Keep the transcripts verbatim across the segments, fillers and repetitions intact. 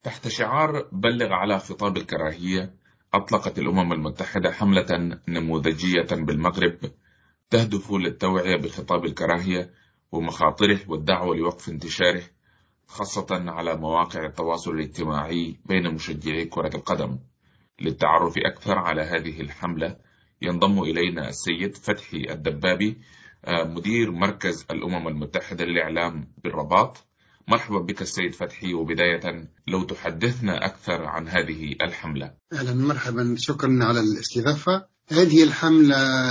تحت شعار بلغ على خطاب الكراهية، أطلقت الأمم المتحدة حملة نموذجية بالمغرب تهدف للتوعية بخطاب الكراهية ومخاطره والدعوة لوقف انتشاره، خاصة على مواقع التواصل الاجتماعي بين مشجعي كرة القدم. للتعرف أكثر على هذه الحملة ينضم إلينا السيد فتحي الدبابي، مدير مركز الأمم المتحدة للإعلام بالرباط. مرحبا بك السيد فتحي، وبداية لو تحدثنا أكثر عن هذه الحملة. أهلا مرحبا، شكرا على الاستضافة. هذه الحملة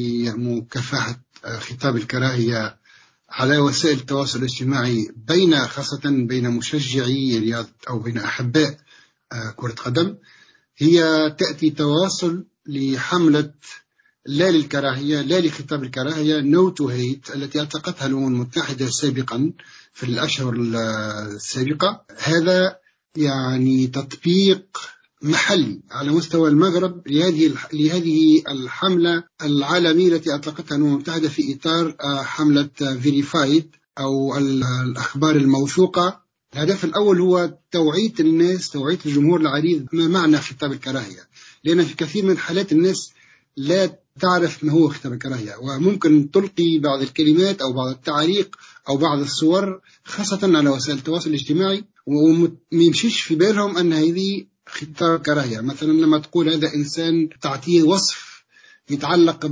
لمكافحة خطاب الكراهية على وسائل التواصل الاجتماعي بين خاصة بين مشجعي رياضة أو بين أحباء كرة قدم، هي تأتي تواصل لحملة لا للكراهية، لا لخطاب الكراهية No to Hate التي أطلقتها الأمم المتحدة سابقا في الأشهر السابقة. هذا يعني تطبيق محلي على مستوى المغرب لهذه لهذه الحملة العالمية التي أطلقتها الأمم المتحدة في إطار حملة Verified أو الأخبار الموثوقة. الهدف الأول هو توعية الناس، توعية الجمهور العريض ما معنى خطاب الكراهية، لأن في كثير من الحالات الناس لا تعرف ما هو خطاب الكراهية، وممكن تلقي بعض الكلمات أو بعض التعليق أو بعض الصور خاصة على وسائل التواصل الاجتماعي وما يمشيش في بالهم أن هذه خطاب كراهية. مثلا لما تقول هذا إنسان تعطيه وصف يتعلق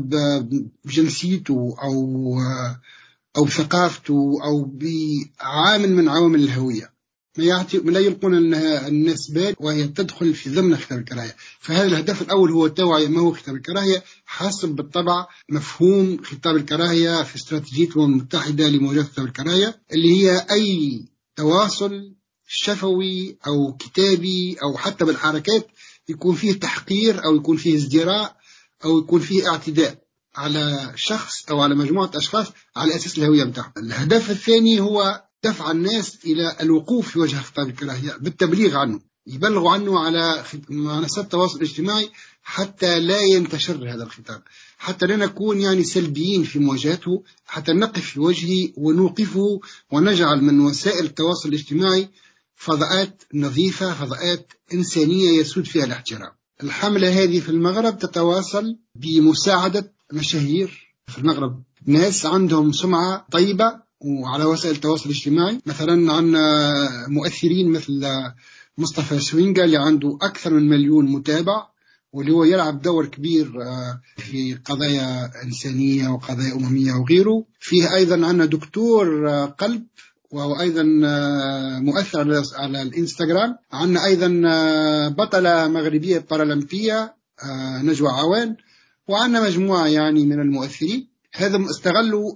بجنسيته أو أو ثقافته أو بعامل من عوامل الهوية، ما يعطي لا يلقون أنها الناس بال وهي تدخل في ضمن خطاب الكراهية. فهذا الهدف الأول هو التوعية ما هو خطاب الكراهية حسب بالطبع مفهوم خطاب الكراهية في استراتيجية الأمم المتحدة لمواجهة خطاب الكراهية، اللي هي أي تواصل شفوي أو كتابي أو حتى بالحركات يكون فيه تحقير أو يكون فيه ازدراء أو يكون فيه اعتداء على شخص أو على مجموعة أشخاص على أساس الهوية متاعهم. الهدف الثاني هو دفع الناس إلى الوقوف في وجه خطاب الكراهية بالتبليغ عنه، يبلغوا عنه على منصات التواصل الاجتماعي حتى لا ينتشر هذا الخطاب، حتى لا نكون يعني سلبيين في مواجهته، حتى نقف في وجهه ونوقفه ونجعل من وسائل التواصل الاجتماعي فضاءات نظيفة، فضاءات إنسانية يسود فيها الاحترام. الحملة هذه في المغرب تتواصل بمساعدة مشاهير في المغرب، ناس عندهم سمعة طيبة وعلى وسائل التواصل الاجتماعي. مثلا عندنا مؤثرين مثل مصطفى سوينجا اللي عنده أكثر من مليون متابع، واللي هو يلعب دور كبير في قضايا إنسانية وقضايا أممية وغيره. فيه أيضا عندنا دكتور قلب وهو أيضا مؤثر على الإنستغرام. عندنا أيضا بطلة مغربية بارالمبية نجوى عوان، وعندنا مجموعة يعني من المؤثرين. هذا استغلوا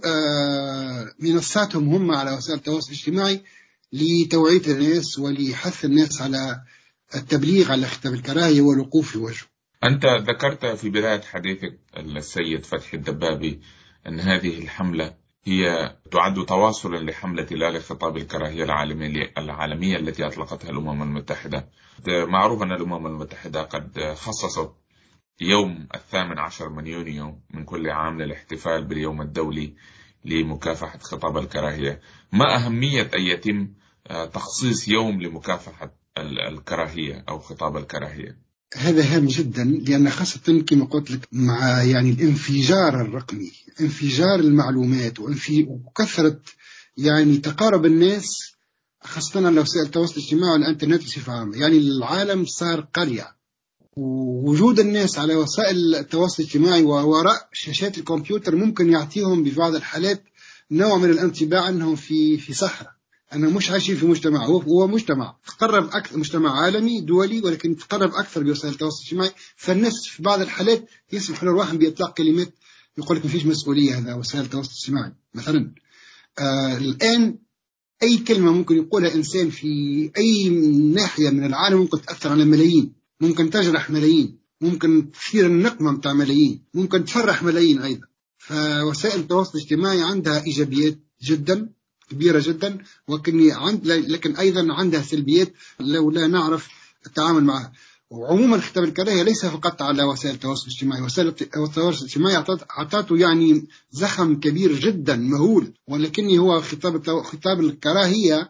منصاتهم هم على وسائل التواصل الاجتماعي لتوعية الناس ولحث الناس على التبليغ على خطاب الكراهية والوقوف في وجهه. أنت ذكرت في بداية حديثك السيد فتحي الدبابي أن هذه الحملة هي تعد تواصلا لحملة لا لخطاب الكراهية العالمية العالمية التي أطلقتها الأمم المتحدة. معروف أن الأمم المتحدة قد خصصت يوم الثامن عشر من يونيو من كل عام للاحتفال باليوم الدولي لمكافحة خطاب الكراهية. ما أهمية أن يتم تخصيص يوم لمكافحة الكراهية أو خطاب الكراهية؟ هذا هام جدا، لأن خاصة كما قلت لك مع يعني الانفجار الرقمي، انفجار المعلومات وكثرة يعني تقارب الناس خاصة على وسائل التواصل الاجتماعي والإنترنت بصفة عامة. يعني العالم صار قرية، ووجود الناس على وسائل التواصل الاجتماعي ووراء شاشات الكمبيوتر ممكن يعطيهم ببعض الحالات نوع من الانطباع أنهم في في صحراء، أنهم مش عايشين في مجتمع. هو مجتمع تقرب أكثر، مجتمع عالمي دولي، ولكن تقرب أكثر بوسائل التواصل الاجتماعي. فالناس في بعض الحالات يسمح للواحد بإطلاق كلمات يقول لك مفيش مسؤولية، هذا وسائل التواصل الاجتماعي مثلا. آه الآن أي كلمة ممكن يقولها إنسان في أي ناحية من العالم ممكن تأثر على ملايين، ممكن تجرح ملايين، ممكن تثير النقمة متاع ملايين، ممكن تفرح ملايين أيضا. فوسائل التواصل الاجتماعي عندها إيجابيات جدا كبيرة جدا، ولكن عند لكن أيضا عندها سلبيات لو لا نعرف التعامل معها. وعموما خطاب الكراهية ليس فقط على وسائل التواصل الاجتماعي، وسائل التواصل الاجتماعي أعطته يعني زخم كبير جدا مهول، ولكن هو خطاب خطاب الكراهية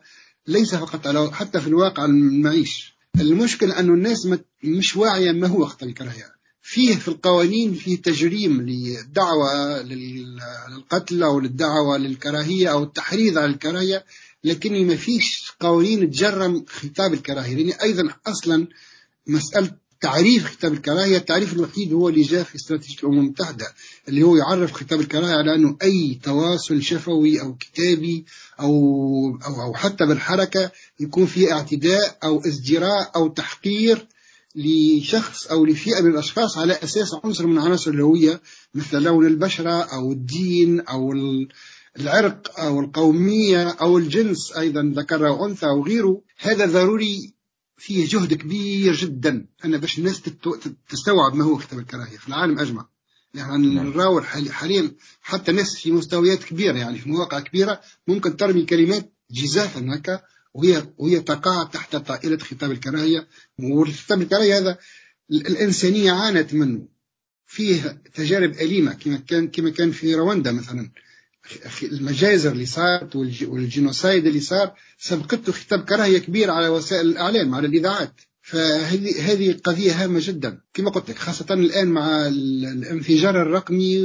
ليس فقط على حتى في الواقع المعيش. المشكلة أنه الناس مش واعية ما هو خطاب الكراهية. فيه في القوانين فيه تجريم للدعوة للقتل أو للدعوة للكراهية أو التحريض على الكراهية، لكن ما فيش قوانين تجرم خطاب الكراهية. لأن أيضا أصلا مسألة تعريف خطاب الكراهية، التعريف الوحيد هو اللي جاء في استراتيجية الأمم المتحدة، اللي هو يعرف خطاب الكراهية على أنه أي تواصل شفوي أو كتابي أو, أو, أو حتى بالحركة يكون فيه اعتداء أو ازدراء أو تحقير لشخص أو لفئة من الأشخاص على أساس عنصر من عناصر الهوية، مثل لون البشرة أو الدين أو العرق أو القومية أو الجنس، أيضا ذكر أو أنثى أو غيره. هذا ضروري، فيه جهد كبير جدا أنا باش الناس تستوعب ما هو خطاب الكراهية في العالم أجمع. يعني نراول حاليا حتى ناس في مستويات كبيرة، يعني في مواقع كبيرة ممكن ترمي كلمات جزافا هكا وهي وهي تقع تحت طائلة خطاب الكراهية. وخطاب الكراهية هذا الإنسانية عانت منه، فيه تجارب أليمة كما كان كما كان في رواندا مثلا، المجازر اللي صارت والجينوسايد اللي صار سبقته خطاب كراهية كبير على وسائل الإعلام على الإذاعات. فهذه هذه قضية هامة جدا كما قلت لك، خاصة الآن مع الانفجار الرقمي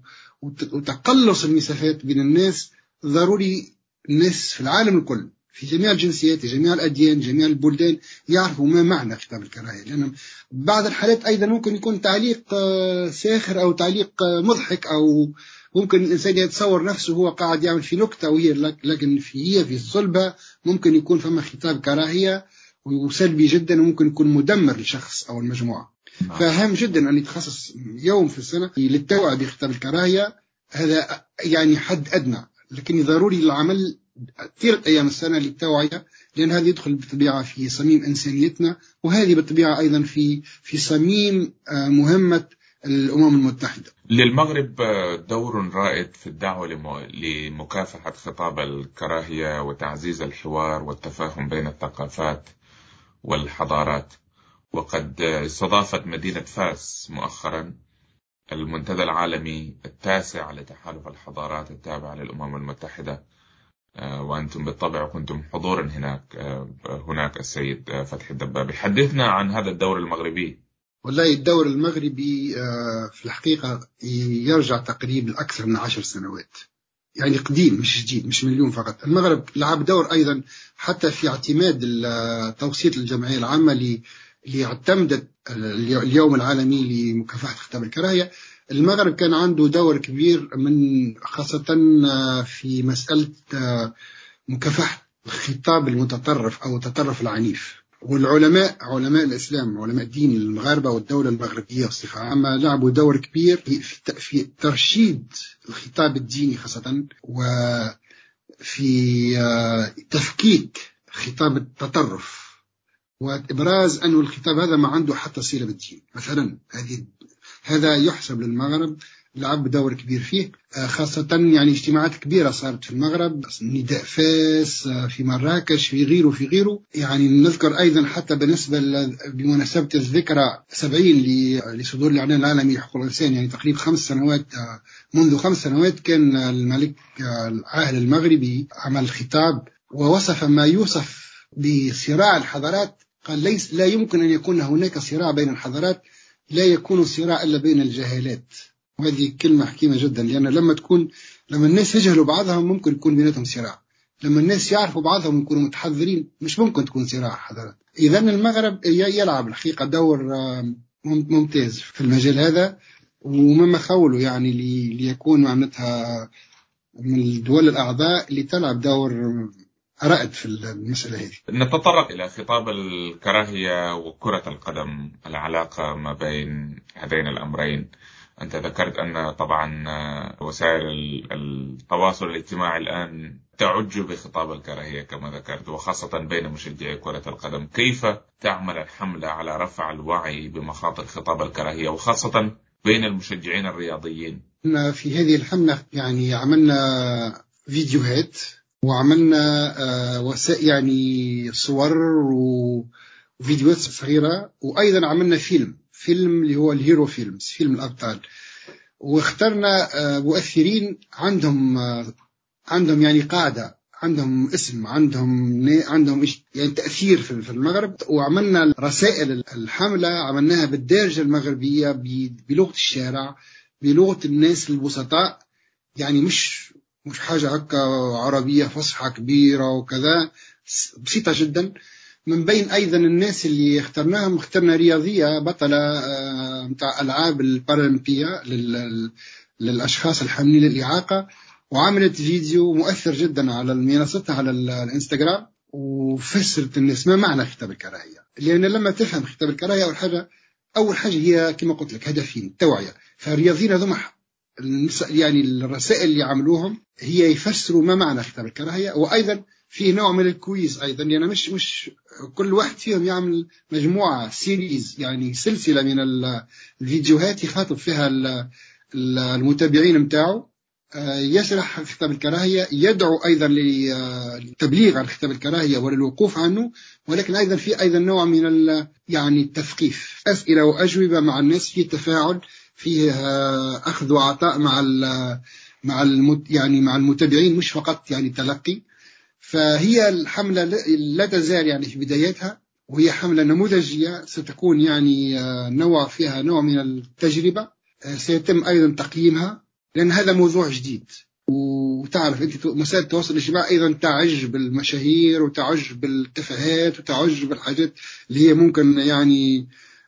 وتقلص المسافات بين الناس. ضروري الناس في العالم الكل في جميع الجنسيات جميع الأديان جميع البلدان يعرفوا ما معنى خطاب الكراهية، لأن بعض الحالات أيضا ممكن يكون تعليق ساخر أو تعليق مضحك، أو ممكن الإنسان يتصور نفسه هو قاعد يعمل في نكتة وهي لكن في هي في الصلبة ممكن يكون فما خطاب كراهية وسلبي جدا وممكن يكون مدمر لشخص أو المجموعة. فأهم جدا أن يتخصص يوم في السنة للتوعية بخطاب الكراهية، هذا يعني حد أدنى، لكن ضروري العمل طيلة أيام السنة للتوعية، لأن هذا يدخل بالطبيعة في صميم إنسانيتنا، وهذه بالطبيعة أيضا في في صميم مهمة الأمم المتحدة. للمغرب دور رائد في الدعوة لمكافحة خطاب الكراهية وتعزيز الحوار والتفاهم بين الثقافات والحضارات، وقد استضافت مدينة فاس مؤخرا المنتدى العالمي التاسع لتحالف الحضارات التابع للأمم المتحدة، وأنتم بالطبع كنتم حضورا هناك هناك السيد فتحي الدبابي. حدثنا عن هذا الدور المغربي. والله الدور المغربي في الحقيقة يرجع تقريبا لأكثر من عشر سنوات، يعني قديم مش جديد مش مليون فقط. المغرب لعب دور أيضا حتى في اعتماد توصية الجمعية العامة اللي اعتمدت اليوم العالمي لمكافحة خطاب الكراهية. المغرب كان عنده دور كبير من خاصة في مسألة مكافحة الخطاب المتطرف أو التطرف العنيف. والعلماء علماء الإسلام علماء الدين المغاربة والدولة المغربية بصفة عامة لعبوا دور كبير في ترشيد الخطاب الديني خاصة، وفي تفكيك خطاب التطرف وإبراز أن الخطاب هذا ما عنده حتى صلة بالدين. مثلا هذه هذا يحسب للمغرب لعب دور كبير فيه، خاصة يعني اجتماعات كبيرة صارت في المغرب، نداء فاس في مراكش في غيره في غيره. يعني نذكر أيضا حتى بالنسبة بمناسبة الذكرى سبعين لصدور الإعلان العالمي لحقوق الإنسان، يعني تقريبا خمس سنوات منذ خمس سنوات كان الملك العاهل المغربي عمل خطاب ووصف ما يوصف بصراع الحضارات. قال ليس لا يمكن أن يكون هناك صراع بين الحضارات، لا يكون الصراع إلا بين الجاهلات. وهذه كلمة حكيمة جدا، لأن لما تكون لما الناس يجهلوا بعضهم ممكن يكون بيناتهم صراع، لما الناس يعرفوا بعضهم يكونوا متحذرين مش ممكن تكون صراع حضارات. إذا المغرب يلعب الحقيقة دور ممتاز في المجال هذا، ومما خوله يعني ليكون معناتها من الدول الأعضاء اللي تلعب دور رائد في المسألة هذه. نتطرق إلى خطاب الكراهية وكرة القدم، العلاقة ما بين هذين الأمرين. أنت ذكرت أن طبعا وسائل التواصل الاجتماعي الآن تعج بخطاب الكراهية كما ذكرت، وخاصة بين مشجعي كرة القدم. كيف تعمل الحملة على رفع الوعي بمخاطر خطاب الكراهية وخاصة بين المشجعين الرياضيين؟ في هذه الحملة يعني عملنا فيديوهات وعملنا وسائل يعني صور وفيديوهات صغيرة، وأيضا عملنا فيلم فيلم اللي هو الهيرو فيلمز، فيلم الأبطال. واخترنا مؤثرين عندهم عندهم يعني قاعدة عندهم اسم، عندهم عندهم يعني تأثير في المغرب. وعملنا رسائل الحملة عملناها بالدارجة المغربية بلغة الشارع، بلغة الناس البسطاء، يعني مش مش حاجة هكا عربية فصحى كبيرة وكذا، بسيطة جدا. من بين أيضا الناس اللي اخترناهم اخترنا رياضية بطلة متاع ألعاب البارالمبية للأشخاص الحاملين للإعاقة، وعملت فيديو مؤثر جدا على منصتها على الانستغرام، وفسرت الناس ما معنى خطاب الكراهية. لأن لما تفهم خطاب الكراهية أول حاجة أول حاجة هي كما قلت لك هدفين: التوعية. فالرياضيين هذوما يعني الرسائل اللي عملوهم هي يفسروا ما معنى خطاب الكراهية، وأيضا في نوع من الكويز أيضا، لأن يعني مش مش كل واحد فيهم يعمل مجموعة سيريز، يعني سلسلة من الفيديوهات يخاطب فيها المتابعين متاعه، يشرح خطاب الكراهية، يدعو أيضا للتبليغ عن خطاب الكراهية وللوقوف عنه، ولكن أيضا في أيضا نوع من يعني التثقيف، أسئلة وأجوبة مع الناس، في تفاعل، فيه أخذ وعطاء مع مع يعني مع المتابعين، مش فقط يعني تلقي. فهي الحملة لا تزال يعني في بدايتها، وهي حملة نموذجية ستكون يعني نوع فيها نوع من التجربة، سيتم أيضا تقييمها، لأن هذا موضوع جديد. وتعرف أنت وسائل التواصل الاجتماعي أيضا تعج بالمشاهير وتعج بالتفاهات وتعج بالحاجات اللي هي ممكن يعني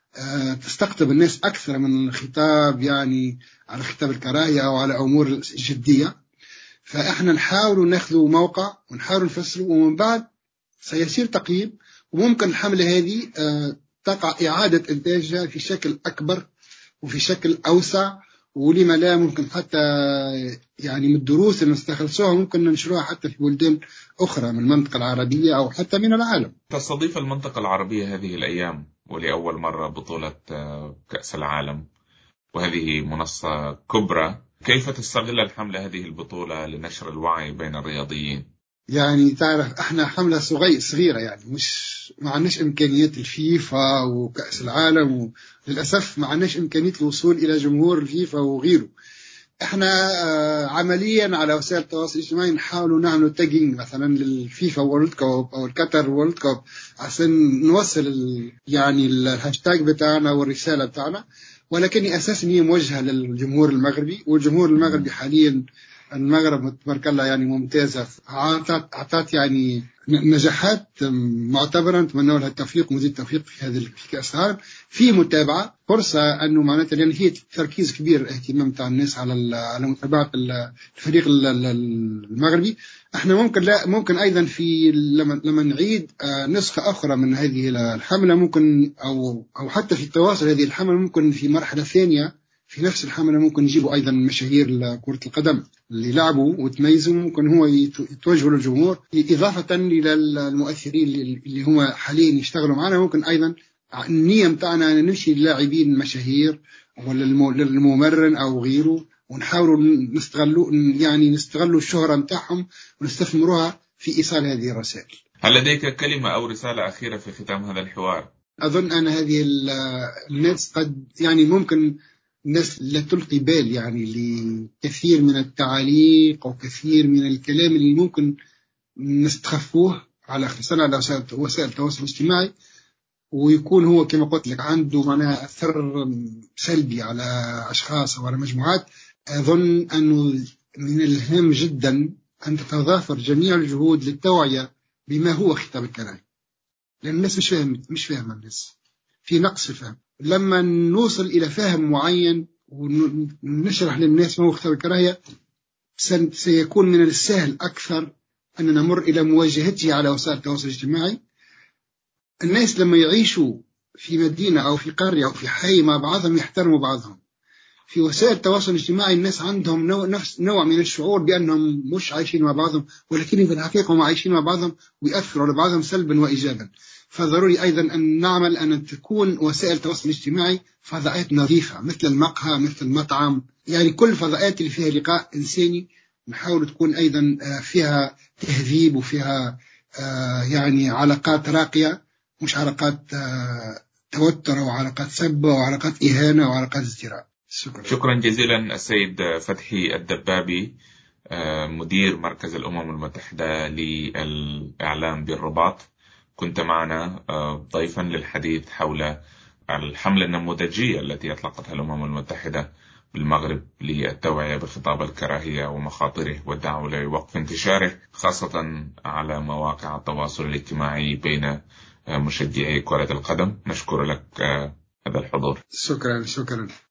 تستقطب الناس أكثر من الخطاب يعني على خطاب الكراهية أو على أمور جدية. فإحنا نحاول ناخذ موقع ونحاول نفسره، ومن بعد سيصير تقييم، وممكن الحملة هذه تقع إعادة إنتاجها في شكل أكبر وفي شكل أوسع، ولما لا ممكن حتى يعني من الدروس اللي نستخلصوها ممكن ننشروها حتى في بلدان أخرى من المنطقة العربية أو حتى من العالم. تستضيف المنطقة العربية هذه الأيام ولأول مرة بطولة كأس العالم، وهذه منصة كبرى. كيف تستغل الحملة هذه البطولة لنشر الوعي بين الرياضيين؟ يعني تعرف احنا حملة صغيرة، يعني مش ما عندناش إمكانيات الفيفا وكأس العالم، وللأسف ما عندناش إمكانية الوصول إلى جمهور الفيفا وغيره. احنا عمليا على وسائل التواصل الاجتماعي نحاول نعمل تاجينج مثلا للفيفا وورلد كوب او القطر وورلد كوب، عشان نوصل يعني الهاشتاج بتاعنا والرسالة بتاعنا، ولكن اساسا هي موجهة للجمهور المغربي. والجمهور المغربي حاليا المغرب تبارك الله يعني ممتازة، أعطت أعطت يعني نجاحات معتبرة، نتمنى لها التوفيق ومزيد التوفيق في هذه الكأس العالم، في متابعة فرصة أنه معناتها لأن هي تركيز كبير اهتمام تاع الناس على على متابعة الفريق المغربي. احنا ممكن لا ممكن أيضا في لما لما نعيد نسخة أخرى من هذه الحملة، ممكن أو أو حتى في التواصل هذه الحملة ممكن في مرحلة ثانية في نفس الحملة ممكن نجيبوا أيضا مشاهير كرة القدم اللي لعبوا وتميزوا، ممكن هو يتوجهوا للجمهور إضافة إلى المؤثرين اللي هم حاليا يشتغلوا معنا. ممكن أيضا النية متاعنا نمشي للاعبين مشاهير ولا للممرن أو غيره، ونحاولوا نستغلوا يعني نستغلوا الشهرة متاعهم ونستثمروها في إيصال هذه الرسائل. هل لديك كلمة أو رسالة أخيرة في ختام هذا الحوار؟ أظن أن هذه الناس قد يعني ممكن الناس لا تلقي بال يعني لكثير من التعاليق أو كثير من الكلام اللي ممكن نستخفوه على خصوصا على وسائل التواصل الاجتماعي، ويكون هو كما قلت لك عنده معناها أثر سلبي على أشخاص أو على مجموعات. أظن أنه من الهام جدا أن تتضافر جميع الجهود للتوعية بما هو خطاب الكراهية، لأن الناس مش فاهم مش فاهمة الناس في نقص الفهم. لما نوصل إلى فهم معين ونشرح للناس ما هو خطاب الكراهية، سيكون من السهل أكثر أن نمر إلى مواجهته على وسائل التواصل الاجتماعي. الناس لما يعيشوا في مدينة أو في قرية أو في حي مع بعضهم يحترموا بعضهم. في وسائل التواصل الاجتماعي الناس عندهم نوع نفس نوع من الشعور بأنهم مش عايشين مع بعضهم، ولكن في الحقيقة هم عايشين مع بعضهم ويأثروا على بعضهم سلبا وإيجابا. فضروري أيضا أن نعمل أن تكون وسائل التواصل الاجتماعي فضاءات نظيفة، مثل المقهى مثل المطعم، يعني كل الفضاءات اللي فيها لقاء إنساني نحاول تكون أيضا فيها تهذيب وفيها يعني علاقات راقية، مش علاقات توتر وعلاقات سب وعلاقات إهانة وعلاقات ازدراء. شكرا. شكرا جزيلا السيد فتحي الدبابي، مدير مركز الأمم المتحدة للإعلام بالرباط. كنت معنا ضيفا للحديث حول الحملة النموذجية التي أطلقتها الأمم المتحدة بالمغرب للتوعية بخطاب الكراهية ومخاطره والدعوة لوقف انتشاره، خاصة على مواقع التواصل الاجتماعي بين مشجعي كرة القدم. نشكر لك هذا الحضور. شكرا شكرا.